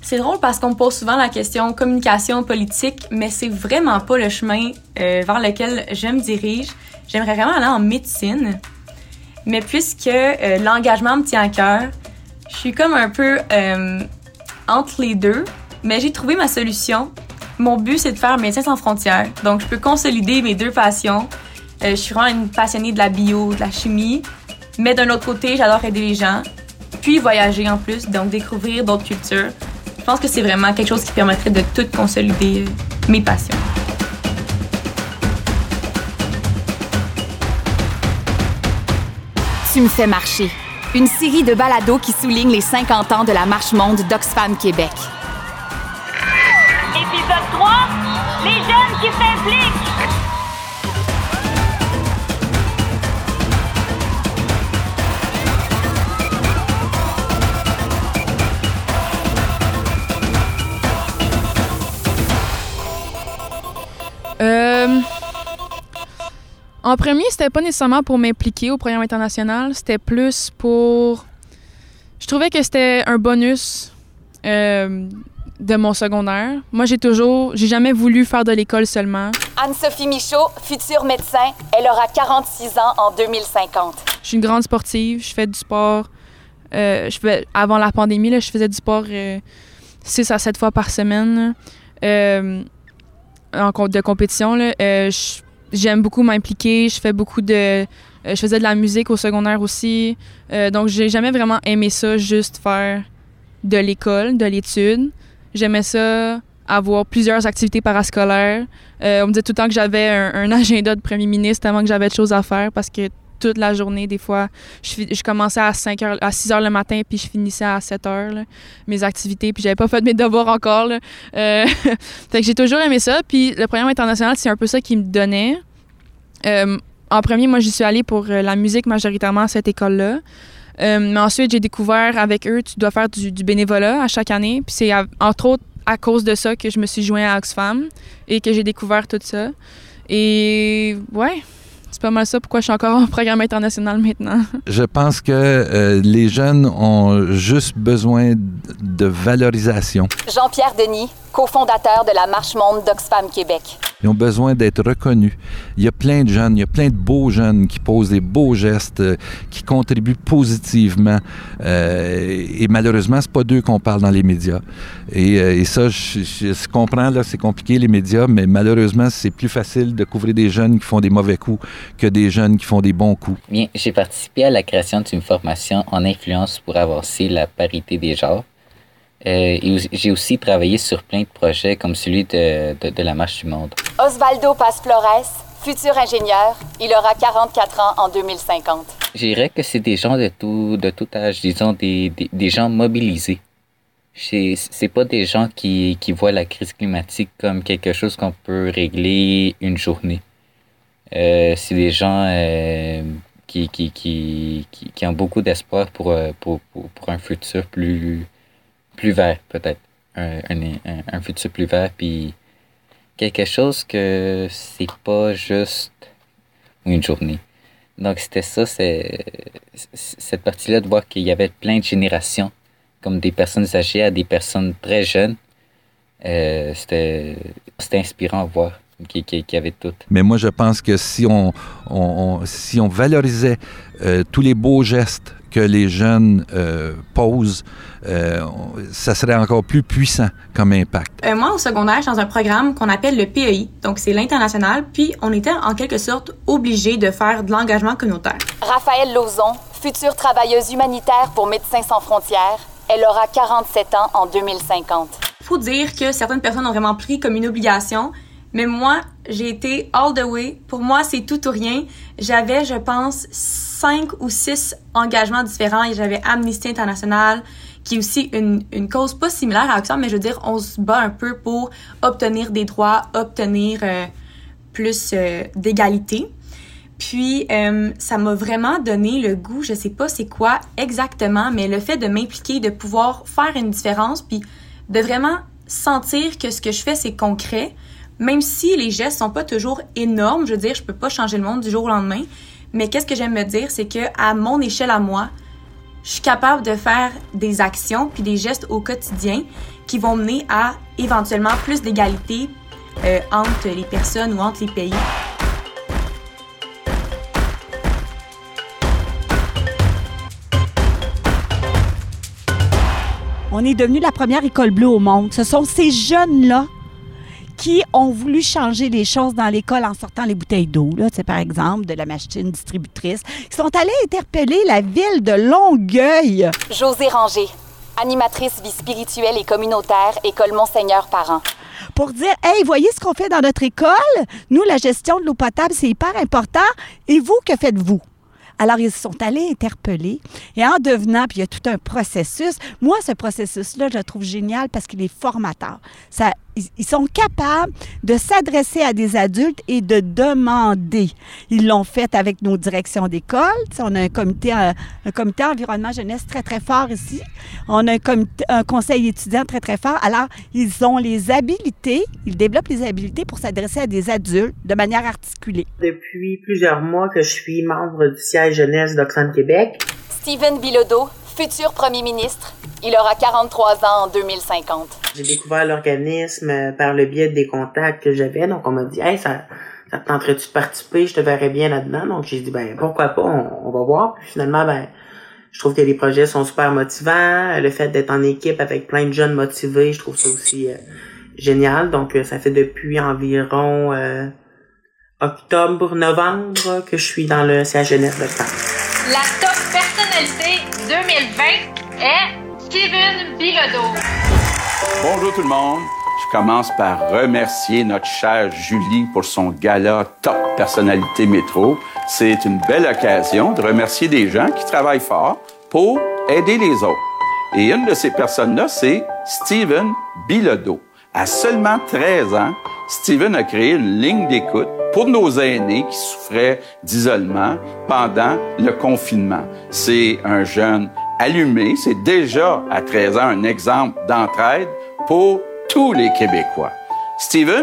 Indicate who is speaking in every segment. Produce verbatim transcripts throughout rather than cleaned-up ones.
Speaker 1: C'est drôle parce qu'on me pose souvent la question communication politique, mais c'est vraiment pas le chemin euh, vers lequel je me dirige. J'aimerais vraiment aller en médecine, mais puisque euh, l'engagement me tient à cœur, je suis comme un peu euh, entre les deux, mais j'ai trouvé ma solution. Mon but, c'est de faire Médecins sans frontières, donc je peux consolider mes deux passions. Euh, je suis vraiment une passionnée de la bio, de la chimie, mais d'un autre côté, j'adore aider les gens, puis voyager en plus, donc découvrir d'autres cultures. Je pense que c'est vraiment quelque chose qui permettrait de tout consolider euh, mes passions.
Speaker 2: Tu me fais marcher. Une série de balados qui souligne les cinquante ans de la Marche Monde d'Oxfam Québec.
Speaker 3: Épisode trois, les jeunes qui s'impliquent.
Speaker 4: Euh... En premier, c'était pas nécessairement pour m'impliquer au programme international, c'était plus pour... Je trouvais que c'était un bonus euh, de mon secondaire. Moi, j'ai toujours... J'ai jamais voulu faire de l'école seulement.
Speaker 2: Anne-Sophie Michaud, future médecin, elle aura quarante-six ans en deux mille cinquante.
Speaker 4: Je suis une grande sportive, je fais du sport. Euh, je fais, avant la pandémie, là, je faisais du sport euh, six à sept fois par semaine euh, en, de compétition. Là. Euh, je, J'aime beaucoup m'impliquer, je fais beaucoup de... Euh, je faisais de la musique au secondaire aussi. Euh, donc, j'ai jamais vraiment aimé ça, juste faire de l'école, de l'étude. J'aimais ça, avoir plusieurs activités parascolaires. Euh, on me disait tout le temps que j'avais un, un agenda de premier ministre tellement que j'avais de choses à faire parce que toute la journée, des fois, je, je commençais à cinq heures, à six heures le matin puis je finissais à sept heures, là, mes activités, puis j'avais pas fait mes devoirs encore. Là. Euh, fait que j'ai toujours aimé ça, puis le programme international, c'est un peu ça qui me donnait. Euh, en premier, moi, j'y suis allée pour la musique majoritairement à cette école-là. Euh, mais ensuite, j'ai découvert avec eux, tu dois faire du, du bénévolat à chaque année, puis c'est à, entre autres à cause de ça que je me suis joint à Oxfam et que j'ai découvert tout ça. Et ouais... C'est pas mal ça pourquoi je suis encore en programme international maintenant.
Speaker 5: Je pense que euh, les jeunes ont juste besoin de valorisation.
Speaker 2: Jean-Pierre Denis, cofondateur de la Marche Monde d'Oxfam Québec.
Speaker 5: Ils ont besoin d'être reconnus. Il y a plein de jeunes, il y a plein de beaux jeunes qui posent des beaux gestes, euh, qui contribuent positivement. Euh, et malheureusement, c'est pas d'eux qu'on parle dans les médias. Et, euh, et ça, je, je, je comprends, là, c'est compliqué les médias, mais malheureusement, c'est plus facile de couvrir des jeunes qui font des mauvais coups que des jeunes qui font des bons coups.
Speaker 6: Bien, j'ai participé à la création d'une formation en influence pour avancer la parité des genres. Euh, et j'ai aussi travaillé sur plein de projets comme celui de, de, de la Marche du Monde.
Speaker 2: Osvaldo Paz-Flores, futur ingénieur, il aura quarante-quatre ans en deux mille cinquante.
Speaker 6: Je dirais que c'est des gens de tout, de tout âge, disons des, des, des gens mobilisés. C'est, c'est pas des gens qui, qui voient la crise climatique comme quelque chose qu'on peut régler une journée. Euh, c'est des gens euh, qui, qui, qui, qui, qui ont beaucoup d'espoir pour, pour, pour, pour un futur plus... plus vert, peut-être. Un, un, un futur plus vert, puis quelque chose que c'est pas juste une journée. Donc, c'était ça, c'est, cette partie-là, de voir qu'il y avait plein de générations, comme des personnes âgées à des personnes très jeunes. Euh, c'était, c'était inspirant à voir qu'il qui, qui y avait tout.
Speaker 5: Mais moi, je pense que si on, on, on, si on valorisait euh, tous les beaux gestes que les jeunes euh, posent, euh, ça serait encore plus puissant comme impact.
Speaker 1: Euh, moi, au secondaire, je suis dans un programme qu'on appelle le P E I, donc c'est l'international, puis on était en quelque sorte obligés de faire de l'engagement communautaire.
Speaker 2: Raphaëlle Lauzon, future travailleuse humanitaire pour Médecins sans frontières, elle aura quarante-sept ans en deux mille cinquante.
Speaker 1: Faut dire que certaines personnes ont vraiment pris comme une obligation, mais moi, j'ai été all the way. Pour moi, c'est tout ou rien. J'avais, je pense, cinq ou six engagements différents et j'avais Amnesty International, qui est aussi une, une cause pas similaire à Oxfam, mais je veux dire, on se bat un peu pour obtenir des droits, obtenir euh, plus euh, d'égalité. Puis, euh, ça m'a vraiment donné le goût, je sais pas c'est quoi exactement, mais le fait de m'impliquer, de pouvoir faire une différence, puis de vraiment sentir que ce que je fais, c'est concret, même si les gestes sont pas toujours énormes. Je veux dire, je peux pas changer le monde du jour au lendemain, mais qu'est-ce que j'aime me dire, c'est que à mon échelle à moi, je suis capable de faire des actions puis des gestes au quotidien qui vont mener à éventuellement plus d'égalité euh, entre les personnes ou entre les pays.
Speaker 7: On est devenu la première école bleue au monde. Ce sont ces jeunes-là qui ont voulu changer les choses dans l'école en sortant les bouteilles d'eau, là, par exemple, de la machine distributrice, qui sont allés interpeller la ville de Longueuil.
Speaker 2: Josée Ranger, animatrice vie spirituelle et communautaire, École Monseigneur Parent.
Speaker 7: Pour dire, hey, voyez ce qu'on fait dans notre école? Nous, la gestion de l'eau potable, c'est hyper important. Et vous, que faites-vous? Alors, ils sont allés interpeller et en devenant, puis il y a tout un processus. Moi, ce processus-là, je le trouve génial parce qu'il est formateur. Ça, ils sont capables de s'adresser à des adultes et de demander. Ils l'ont fait avec nos directions d'école. On a un comité, un, un comité environnement jeunesse très, très fort ici. On a un, comité, un conseil étudiant très, très fort. Alors, ils ont les habilités, ils développent les habilités pour s'adresser à des adultes de manière articulée.
Speaker 8: Depuis plusieurs mois que je suis membre du siège jeunesse d'Oxfam Québec.
Speaker 2: Stephen Bilodeau, futur premier ministre. Il aura quarante-trois ans en deux mille cinquante.
Speaker 8: J'ai découvert l'organisme par le biais des contacts que j'avais. Donc, on m'a dit, hey, ça, ça te tenterait-tu de participer? Je te verrais bien là-dedans. Donc, j'ai dit, ben, pourquoi pas? On, on va voir. Puis finalement, ben, je trouve que les projets sont super motivants. Le fait d'être en équipe avec plein de jeunes motivés, je trouve ça aussi euh, génial. Donc, euh, ça fait depuis environ euh, octobre, novembre que je suis dans le C H N S de France.
Speaker 3: La top personnalité deux mille vingt est Stephen Bilodeau.
Speaker 9: Bonjour tout le monde. Je commence par remercier notre chère Julie pour son gala Top Personnalité Métro. C'est une belle occasion de remercier des gens qui travaillent fort pour aider les autres. Et une de ces personnes-là, c'est Stephen Bilodeau. À seulement treize ans, Stephen a créé une ligne d'écoute pour nos aînés qui souffraient d'isolement pendant le confinement. C'est un jeune allumé, c'est déjà à treize ans un exemple d'entraide pour tous les Québécois. Stephen,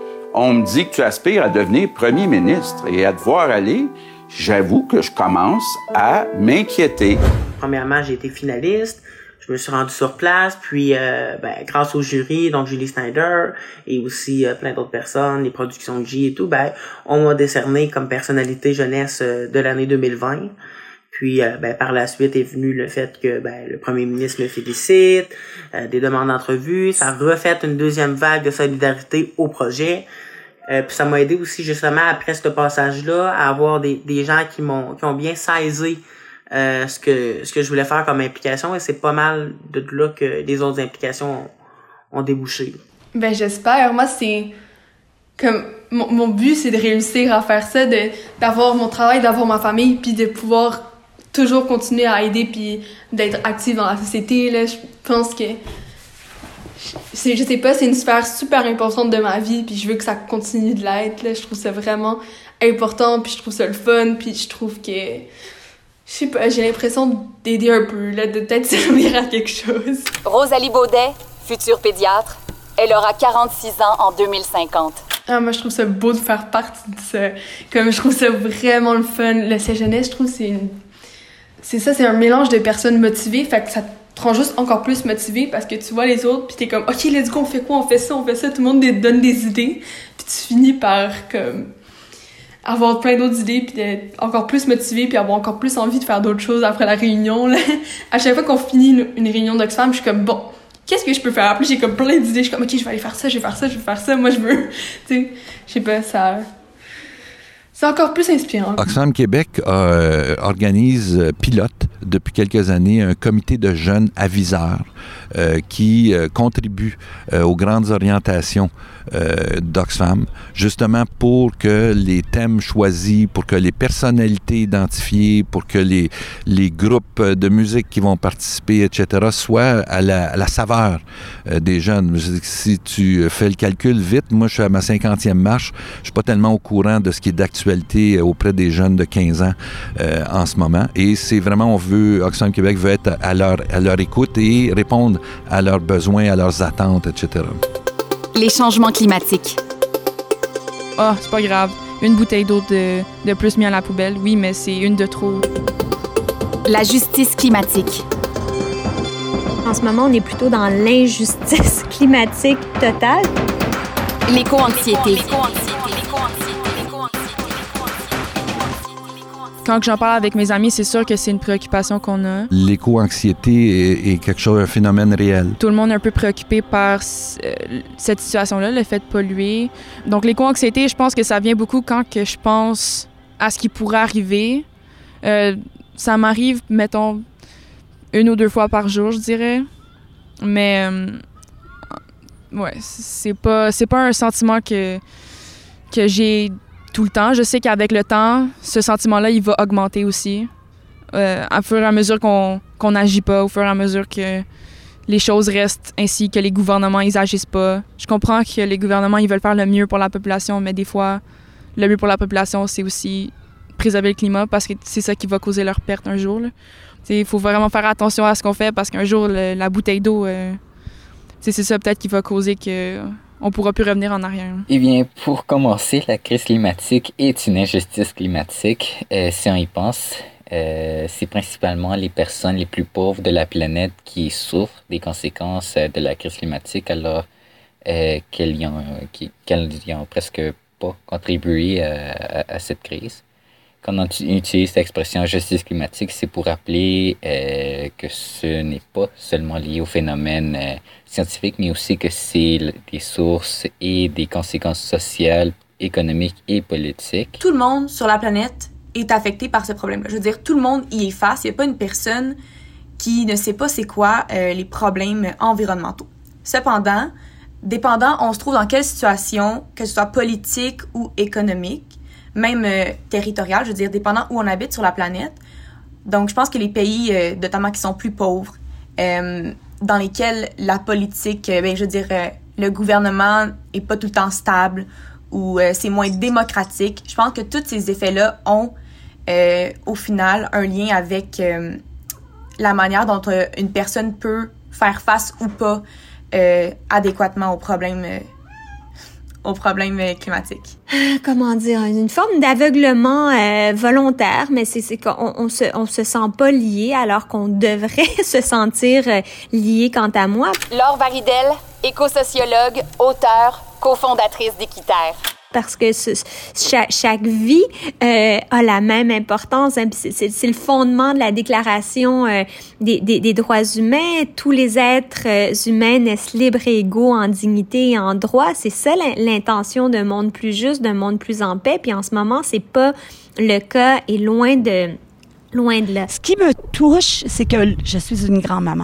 Speaker 9: on me dit que tu aspires à devenir premier ministre et à te voir aller, j'avoue que je commence à m'inquiéter.
Speaker 8: Premièrement, j'ai été finaliste. Je me suis rendu sur place, puis euh, ben, grâce au jury, donc Julie Snyder et aussi euh, plein d'autres personnes, les productions de J et tout, ben on m'a décerné comme personnalité jeunesse euh, de l'année deux mille vingt. Puis euh, ben par la suite est venu le fait que ben le premier ministre me félicite, euh, des demandes d'entrevue, ça a refait une deuxième vague de solidarité au projet. Euh, puis ça m'a aidé aussi justement après ce passage-là à avoir des des gens qui m'ont qui ont bien saisi Euh, ce que ce que je voulais faire comme implication et c'est pas mal de là que les autres implications ont, ont débouché.
Speaker 10: Ben j'espère. Moi c'est comme mon, mon but c'est de réussir à faire ça, de d'avoir mon travail, d'avoir ma famille, puis de pouvoir toujours continuer à aider puis d'être active dans la société là. Je pense que c'est je sais pas, c'est une sphère super importante de ma vie puis je veux que ça continue de l'être là. Je trouve ça vraiment important puis je trouve ça le fun puis je trouve que je sais pas, j'ai l'impression d'aider un peu, là, de peut-être servir à quelque chose.
Speaker 2: Rosalie Baudet, future pédiatre. Elle aura quarante-six ans en deux mille cinquante.
Speaker 10: Ah, moi, je trouve ça beau de faire partie de ça. Comme, je trouve ça vraiment le fun. Le C H N S, je trouve, c'est une... C'est ça, c'est un mélange de personnes motivées, fait que ça te rend juste encore plus motivé parce que tu vois les autres, puis t'es comme, OK, let's go, on fait quoi? On fait ça, on fait ça. Tout le monde te donne des idées, puis tu finis par, comme... avoir plein d'autres idées puis d'être encore plus motivé puis avoir encore plus envie de faire d'autres choses après la réunion là. À chaque fois qu'on finit une, une réunion d'Oxfam, je suis comme bon, qu'est-ce que je peux faire? Puis j'ai comme plein d'idées, je suis comme OK, je vais aller faire ça, je vais faire ça, je vais faire ça, moi je veux. Tu sais, je sais pas, ça c'est encore plus inspirant.
Speaker 5: Oxfam Québec euh, organise, euh, pilote depuis quelques années un comité de jeunes aviseurs euh, qui euh, contribue euh, aux grandes orientations euh, d'Oxfam, justement pour que les thèmes choisis, pour que les personnalités identifiées, pour que les, les groupes de musique qui vont participer, et cetera, soient à la, à la saveur euh, des jeunes. Si tu fais le calcul vite, moi je suis à ma cinquantième marche, je suis pas tellement au courant de ce qui est d'actualité auprès des jeunes de quinze ans euh, en ce moment. Et c'est vraiment, on veut, Oxfam Québec veut être à leur, à leur écoute et répondre à leurs besoins, à leurs attentes, et cetera.
Speaker 2: Les changements climatiques.
Speaker 4: Ah, oh, c'est pas grave. Une bouteille d'eau de, de plus mis à la poubelle, oui, mais c'est une de trop.
Speaker 2: La justice climatique.
Speaker 11: En ce moment, on est plutôt dans l'injustice climatique totale.
Speaker 2: L'éco-anxiété.
Speaker 4: Quand j'en parle avec mes amis, c'est sûr que c'est une préoccupation qu'on a.
Speaker 5: L'éco-anxiété est, est quelque chose, un phénomène réel.
Speaker 4: Tout le monde est un peu préoccupé par euh, cette situation-là, le fait de polluer. Donc l'éco-anxiété, je pense que ça vient beaucoup quand que je pense à ce qui pourrait arriver. Euh, ça m'arrive, mettons, une ou deux fois par jour, je dirais. Mais, euh, ouais, c'est pas, c'est pas un sentiment que, que j'ai tout le temps. Je sais qu'avec le temps, ce sentiment-là, il va augmenter aussi. Euh, à fur et à mesure qu'on qu'on n'agit pas, au fur et à mesure que les choses restent ainsi, que les gouvernements, ils agissent pas. Je comprends que les gouvernements, ils veulent faire le mieux pour la population, mais des fois, le mieux pour la population, c'est aussi préserver le climat parce que c'est ça qui va causer leur perte un jour. Il faut vraiment faire attention à ce qu'on fait parce qu'un jour, le, la bouteille d'eau, euh, c'est ça peut-être qui va causer que on ne pourra plus revenir en arrière.
Speaker 6: Eh bien, pour commencer, la crise climatique est une injustice climatique, euh, si on y pense. Euh, c'est principalement les personnes les plus pauvres de la planète qui souffrent des conséquences de la crise climatique alors euh, qu'elles n'y ont, qu'elles n'y ont presque pas contribué à, à, à cette crise. Quand on utilise l'expression justice climatique, c'est pour rappeler euh, que ce n'est pas seulement lié au phénomène euh, scientifique, mais aussi que c'est des sources et des conséquences sociales, économiques et politiques.
Speaker 1: Tout le monde sur la planète est affecté par ce problème-là. Je veux dire, tout le monde y est face. Il n'y a pas une personne qui ne sait pas c'est quoi euh, les problèmes environnementaux. Cependant, dépendant, on se trouve dans quelle situation, que ce soit politique ou économique, même euh, territorial, je veux dire, dépendant où on habite sur la planète. Donc, je pense que les pays, euh, notamment qui sont plus pauvres, euh, dans lesquels la politique, euh, ben, je veux dire, euh, le gouvernement est pas tout le temps stable ou euh, c'est moins démocratique, je pense que tous ces effets-là ont, euh, au final, un lien avec euh, la manière dont euh, une personne peut faire face ou pas euh, adéquatement aux problèmes euh, aux problèmes climatiques.
Speaker 11: Comment dire, une forme d'aveuglement euh, volontaire, mais c'est, c'est qu'on on se, on se sent pas lié alors qu'on devrait se sentir euh, lié quant à moi.
Speaker 2: Laure Varidel, éco-sociologue, auteure, cofondatrice d'Équiterre.
Speaker 11: Parce que ce, chaque, chaque vie euh, a la même importance. Hein, c'est, c'est, c'est le fondement de la Déclaration euh, des, des, des droits humains. Tous les êtres euh, humains naissent libres et égaux en dignité et en droit. C'est ça l'intention d'un monde plus juste, d'un monde plus en paix. Puis en ce moment, c'est pas le cas et loin de, loin de là.
Speaker 7: Ce qui me touche, c'est que je suis une grand-maman.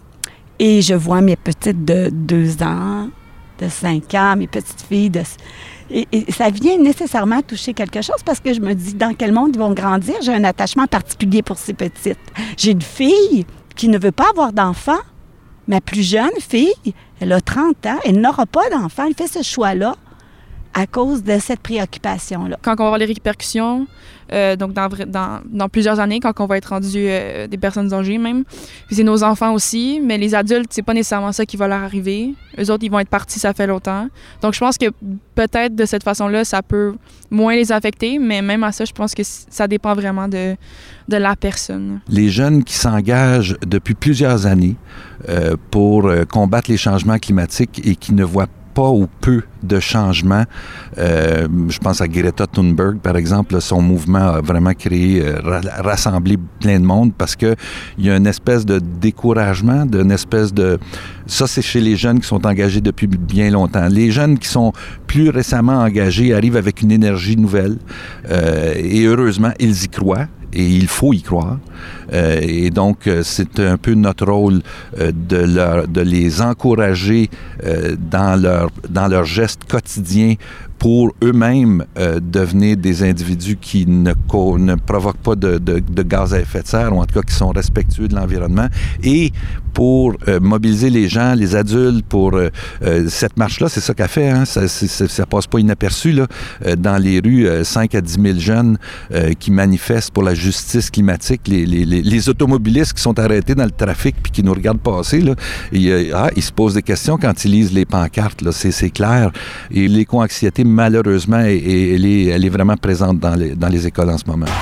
Speaker 7: Et je vois mes petites de deux ans, de cinq ans, mes petites filles de... Et, et ça vient nécessairement toucher quelque chose parce que je me dis dans quel monde ils vont grandir. J'ai un attachement particulier pour ces petites. J'ai une fille qui ne veut pas avoir d'enfant. Ma plus jeune fille, elle a trente ans, elle n'aura pas d'enfant. Elle fait ce choix-là à cause de cette préoccupation-là.
Speaker 4: Quand on va avoir les répercussions, euh, donc dans, dans, dans plusieurs années, quand on va être rendu euh, des personnes âgées même, puis c'est nos enfants aussi, mais les adultes, c'est pas nécessairement ça qui va leur arriver. Eux autres, ils vont être partis, ça fait longtemps. Donc je pense que peut-être de cette façon-là, ça peut moins les affecter, mais même à ça, je pense que ça dépend vraiment de, de la personne.
Speaker 5: Les jeunes qui s'engagent depuis plusieurs années euh, pour euh, combattre les changements climatiques et qui ne voient pas ou peu de changements. Euh, je pense à Greta Thunberg, par exemple. Là, son mouvement a vraiment créé, euh, rassemblé plein de monde parce qu'il y a une espèce de découragement, d'une espèce de... Ça, c'est chez les jeunes qui sont engagés depuis bien longtemps. Les jeunes qui sont plus récemment engagés arrivent avec une énergie nouvelle euh, et heureusement, ils y croient. Et il faut y croire. Euh, et donc, euh, c'est un peu notre rôle euh, de, leur, de les encourager euh, dans leur, dans leur geste quotidien pour eux-mêmes euh, devenir des individus qui ne, co- ne provoquent pas de, de, de gaz à effet de serre, ou en tout cas qui sont respectueux de l'environnement, et pour euh, mobiliser les gens, les adultes, pour euh, euh, cette marche-là, c'est ça qu'a fait, hein? ça, c'est, ça passe pas inaperçu, là, euh, dans les rues, euh, cinq à dix mille jeunes euh, qui manifestent pour la justice climatique, les, les, les, les automobilistes qui sont arrêtés dans le trafic puis qui nous regardent passer, là, et, euh, ah, ils se posent des questions quand ils lisent les pancartes, là, c'est, c'est clair, et l'éco-anxiété, malheureusement, elle, elle, est, elle est vraiment présente dans les, dans les écoles en ce moment.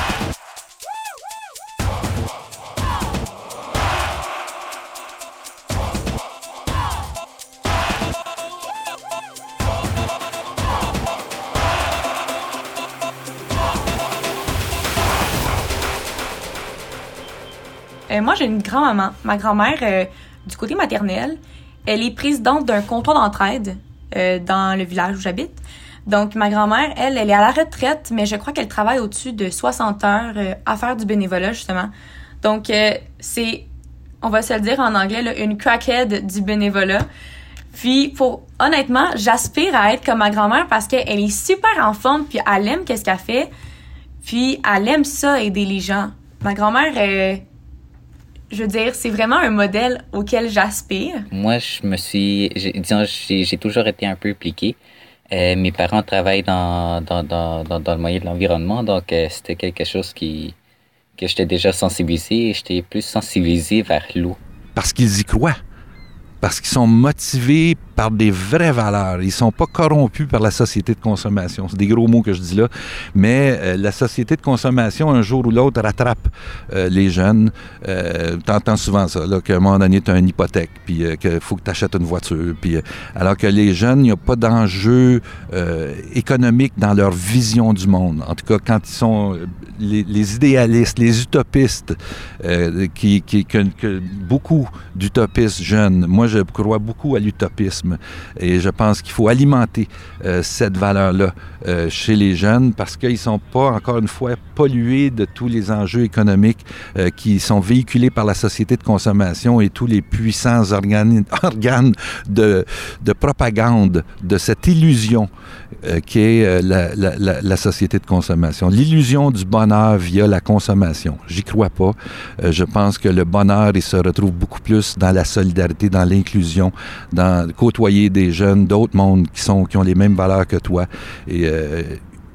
Speaker 1: Euh, moi, j'ai une grand-maman. Ma grand-mère, euh, du côté maternel, elle est présidente d'un comptoir d'entraide euh, dans le village où j'habite. Donc, ma grand-mère, elle, elle est à la retraite, mais je crois qu'elle travaille au-dessus de soixante heures euh, à faire du bénévolat, justement. Donc, euh, c'est, on va se le dire en anglais, là, une crackhead du bénévolat. Puis, pour honnêtement, j'aspire à être comme ma grand-mère parce qu'elle est super en forme, puis elle aime qu'est-ce qu'elle fait, puis elle aime ça, aider les gens. Ma grand-mère, euh, je veux dire, c'est vraiment un modèle auquel j'aspire.
Speaker 6: Moi, je me suis, j'ai, disons, j'ai, j'ai toujours été un peu impliqué. Euh, mes parents travaillent dans, dans, dans, dans, dans le moyen de l'environnement, donc euh, c'était quelque chose qui, que j'étais déjà sensibilisé et j'étais plus sensibilisé vers l'eau.
Speaker 5: Parce qu'ils y croient. Parce qu'ils sont motivés par des vraies valeurs. Ils ne sont pas corrompus par la société de consommation. C'est des gros mots que je dis là. Mais euh, la société de consommation, un jour ou l'autre, rattrape euh, les jeunes. Euh, t'entends souvent ça, là, qu'à un moment donné, tu as une hypothèque, puis euh, qu'il faut que tu achètes une voiture. Puis, euh, alors que les jeunes, il n'y a pas d'enjeu euh, économique dans leur vision du monde. En tout cas, quand ils sont euh, les, les idéalistes, les utopistes, euh, qui, qui, que, que beaucoup d'utopistes jeunes, moi, je crois beaucoup à l'utopisme. Et je pense qu'il faut alimenter euh, cette valeur-là euh, chez les jeunes parce qu'ils ne sont pas, encore une fois, pollués de tous les enjeux économiques euh, qui sont véhiculés par la société de consommation et tous les puissants organes, organes de, de propagande de cette illusion euh, qui est euh, la, la, la, la société de consommation. L'illusion du bonheur via la consommation. J'y crois pas. Euh, je pense que le bonheur, il se retrouve beaucoup plus dans la solidarité, dans l'inclusion, dans côtoyer des jeunes d'autres mondes qui sont qui ont les mêmes valeurs que toi. Et euh,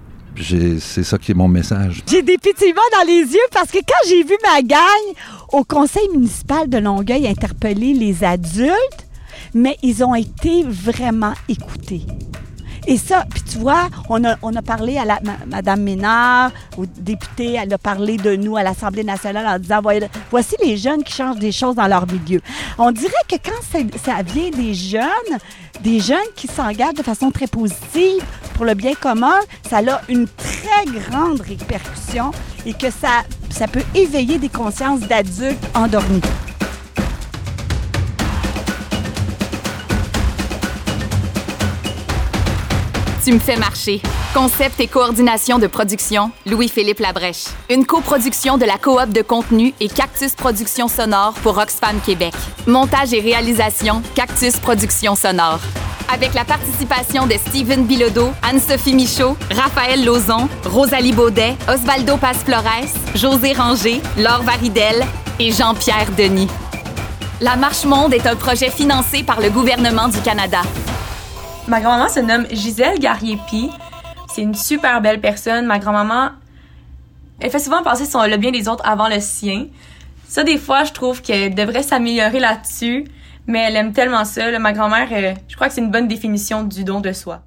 Speaker 5: j'ai, c'est ça qui est mon message.
Speaker 7: J'ai des pétillements dans les yeux parce que quand j'ai vu ma gang au conseil municipal de Longueuil interpeller les adultes, mais ils ont été vraiment écoutés. Et ça, puis tu vois, on a, on a parlé à la, ma, Mme Ménard, aux députés, elle a parlé de nous à l'Assemblée nationale en disant, voici les jeunes qui changent des choses dans leur milieu. On dirait que quand ça, ça vient des jeunes, des jeunes qui s'engagent de façon très positive pour le bien commun, ça a une très grande répercussion et que ça, ça peut éveiller des consciences d'adultes endormis.
Speaker 2: Tu me fais marcher. Concept et coordination de production, Louis-Philippe Labrèche. Une coproduction de la Coop de contenu et Cactus Productions Sonore pour Oxfam Québec. Montage et réalisation, Cactus Productions Sonore. Avec la participation de Steven Bilodeau, Anne-Sophie Michaud, Raphaël Lauzon, Rosalie Baudet, Osvaldo Paz-Flores, José Ranger, Laure Varidel et Jean-Pierre Denis. La Marche Monde est un projet financé par le gouvernement du Canada.
Speaker 1: Ma grand-maman se nomme Gisèle Garrier-Pi. C'est une super belle personne. Ma grand-maman, elle fait souvent passer son, le bien des autres avant le sien. Ça, des fois, je trouve qu'elle devrait s'améliorer là-dessus, mais elle aime tellement ça. Là, ma grand-mère, euh, je crois que c'est une bonne définition du don de soi.